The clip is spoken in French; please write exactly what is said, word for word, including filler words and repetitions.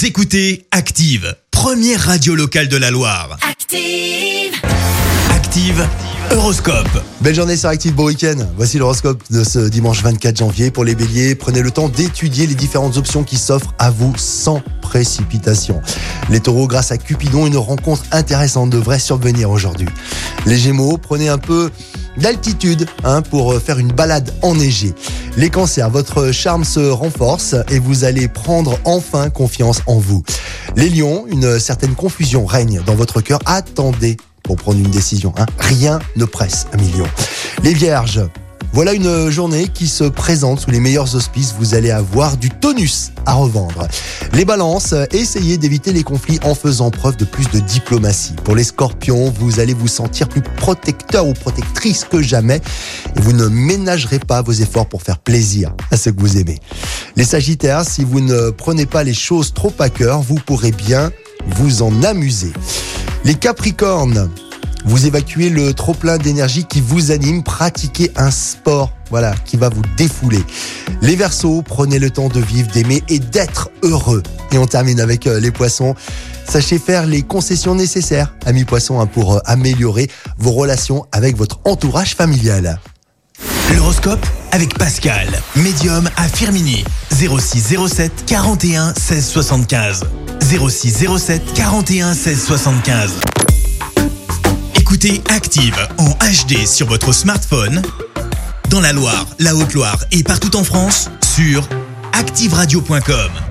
Vous écoutez Active, première radio locale de la Loire. Active. Active Horoscope. Belle journée sur Active, bon week-end. Voici l'horoscope de ce dimanche vingt-quatre janvier. Pour les béliers, prenez le temps d'étudier les différentes options qui s'offrent à vous sans précipitation. Les taureaux, grâce à Cupidon, une rencontre intéressante devrait survenir aujourd'hui. Les gémeaux, prenez un peu d'altitude hein, pour faire une balade enneigée. Les cancers, votre charme se renforce et vous allez prendre enfin confiance en vous. Les lions, une certaine confusion règne dans votre cœur. Attendez pour prendre une décision. Hein. Rien ne presse, un million. Les vierges, voilà une journée qui se présente sous les meilleurs auspices. Vous allez avoir du tonus à revendre. Les balances, essayez d'éviter les conflits en faisant preuve de plus de diplomatie. Pour les scorpions, vous allez vous sentir plus protecteur ou protectrice que jamais et vous ne ménagerez pas vos efforts pour faire plaisir à ceux que vous aimez. Les sagittaires, si vous ne prenez pas les choses trop à cœur, vous pourrez bien vous en amuser. Les capricornes, vous évacuez le trop-plein d'énergie qui vous anime, pratiquez un sport voilà, qui va vous défouler. Les Verseaux, prenez le temps de vivre, d'aimer et d'être heureux. Et on termine avec les poissons. Sachez faire les concessions nécessaires, amis poissons, hein, pour améliorer vos relations avec votre entourage familial. L'horoscope avec Pascal, médium à Firminy, zéro six zéro sept quarante et un seize soixante-quinze. zéro six zéro sept quarante et un seize soixante-quinze. Écoutez Active en H D sur votre smartphone, dans la Loire, la Haute-Loire et partout en France, sur active radio point com.